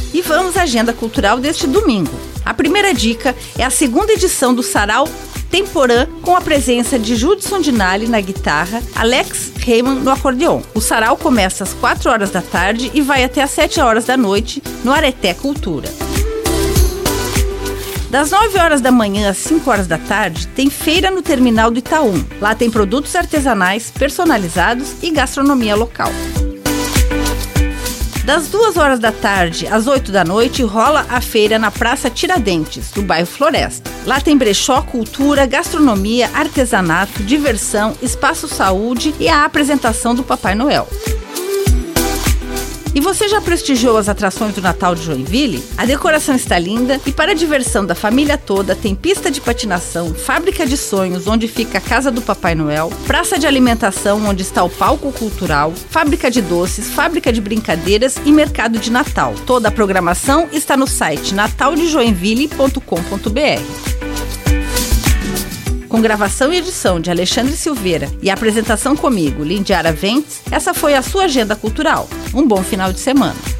E vamos à agenda cultural deste domingo. A primeira dica é a segunda edição do Sarau Temporã, com a presença de Judson Dinali na guitarra, Alex Heyman no acordeon. O sarau começa às 4 horas da tarde e vai até às 7 horas da noite no Areté Cultura. Das 9 horas da manhã às 5 horas da tarde, tem feira no terminal do Itaú. Lá tem produtos artesanais, personalizados e gastronomia local. Das 2 horas da tarde às 8 da noite, rola a feira na Praça Tiradentes, do bairro Floresta. Lá tem brechó, cultura, gastronomia, artesanato, diversão, espaço saúde e a apresentação do Papai Noel. E você já prestigiou as atrações do Natal de Joinville? A decoração está linda e para a diversão da família toda tem pista de patinação, fábrica de sonhos onde fica a casa do Papai Noel, praça de alimentação onde está o palco cultural, fábrica de doces, fábrica de brincadeiras e mercado de Natal. Toda a programação está no site nataldejoinville.com.br. Com gravação e edição de Alexandre Silveira e apresentação comigo, Lindiara Ventes, essa foi a sua agenda cultural. Um bom final de semana.